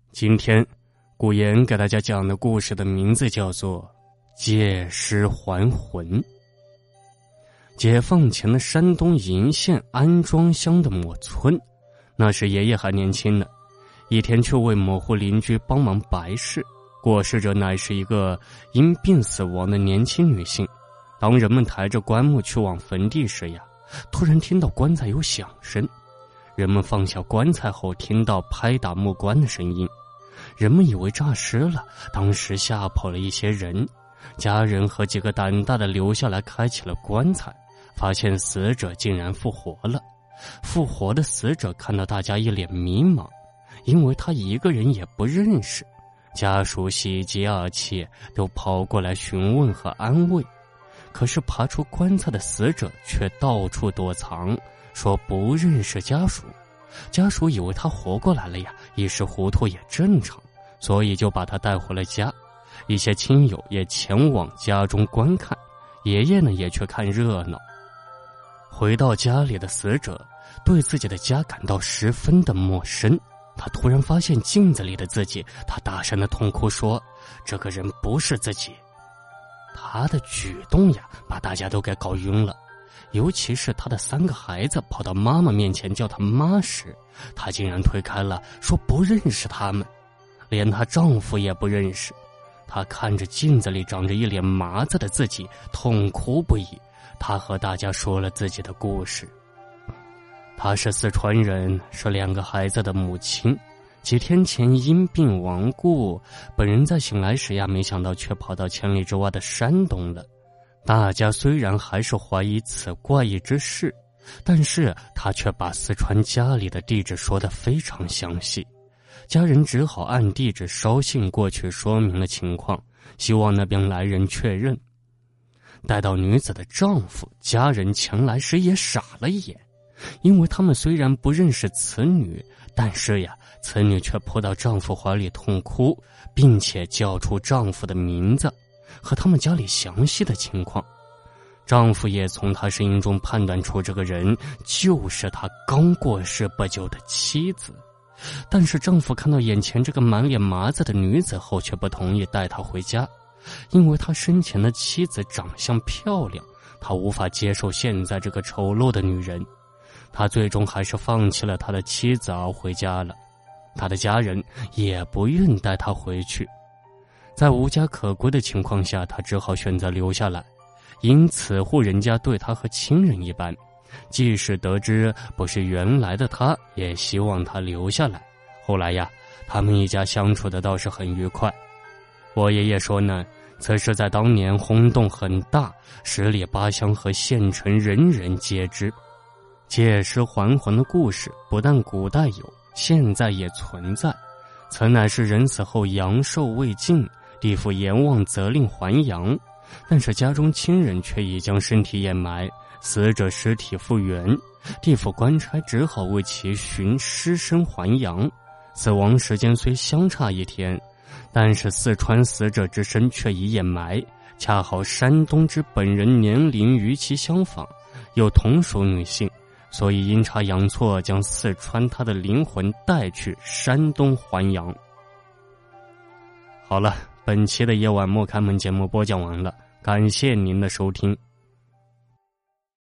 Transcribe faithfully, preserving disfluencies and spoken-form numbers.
今天古言给大家讲的故事的名字叫做《借尸还魂》。解放前的山东鄞县安庄乡的某村，那时爷爷还年轻呢，一天去为某户邻居帮忙白事，过世者乃是一个因病死亡的年轻女性。当人们抬着棺木去往坟地时呀，突然听到棺材有响声，人们放下棺材后听到拍打木棺的声音，人们以为诈尸了，当时吓跑了一些人。家人和几个胆大的留下来开启了棺材，发现死者竟然复活了。复活的死者看到大家一脸迷茫，因为他一个人也不认识。家属喜极而泣，都跑过来询问和安慰。可是爬出棺材的死者却到处躲藏，说不认识家属。家属以为他活过来了呀，一时糊涂也正常，所以就把他带回了家。一些亲友也前往家中观看，爷爷呢也去看热闹。回到家里的死者对自己的家感到十分的陌生，他突然发现镜子里的自己，他大声的痛哭说，这个人不是自己。他的举动呀，把大家都给搞晕了，尤其是他的三个孩子跑到妈妈面前叫他妈时，他竟然推开了，说不认识他们，连她丈夫也不认识。她看着镜子里长着一脸麻子的自己，痛哭不已。她和大家说了自己的故事。她是四川人，是两个孩子的母亲，几天前因病亡故，本人在醒来时呀，没想到却跑到千里之外的山东了。大家虽然还是怀疑此怪异之事，但是他却把四川家里的地址说得非常详细。家人只好按地址捎信过去，说明了情况，希望那边来人确认。待到女子的丈夫家人前来时也傻了眼，因为他们虽然不认识此女，但是呀，此女却扑到丈夫怀里痛哭，并且叫出丈夫的名字和他们家里详细的情况。丈夫也从她声音中判断出这个人就是他刚过世不久的妻子。但是丈夫看到眼前这个满脸麻子的女子后，却不同意带她回家，因为他生前的妻子长相漂亮，他无法接受现在这个丑陋的女人。他最终还是放弃了他的妻子而回家了。他的家人也不愿带他回去，在无家可归的情况下，他只好选择留下来。因此户人家对他和亲人一般，即使得知不是原来的他，也希望他留下来。后来呀，他们一家相处的倒是很愉快。我爷爷说呢，此事在当年轰动很大，十里八乡和县城人人皆知。借尸还魂的故事不但古代有，现在也存在。此乃是人死后阳寿未尽，地府阎王责令还阳，但是家中亲人却已将身体掩埋，死者尸体复原，地府官差只好为其寻尸身还阳。死亡时间虽相差一天，但是四川死者之身却已掩埋，恰好山东之本人年龄与其相仿，又同属女性，所以阴差阳错将四川他的灵魂带去山东还阳。好了，本期的夜晚莫开门节目播讲完了，感谢您的收听。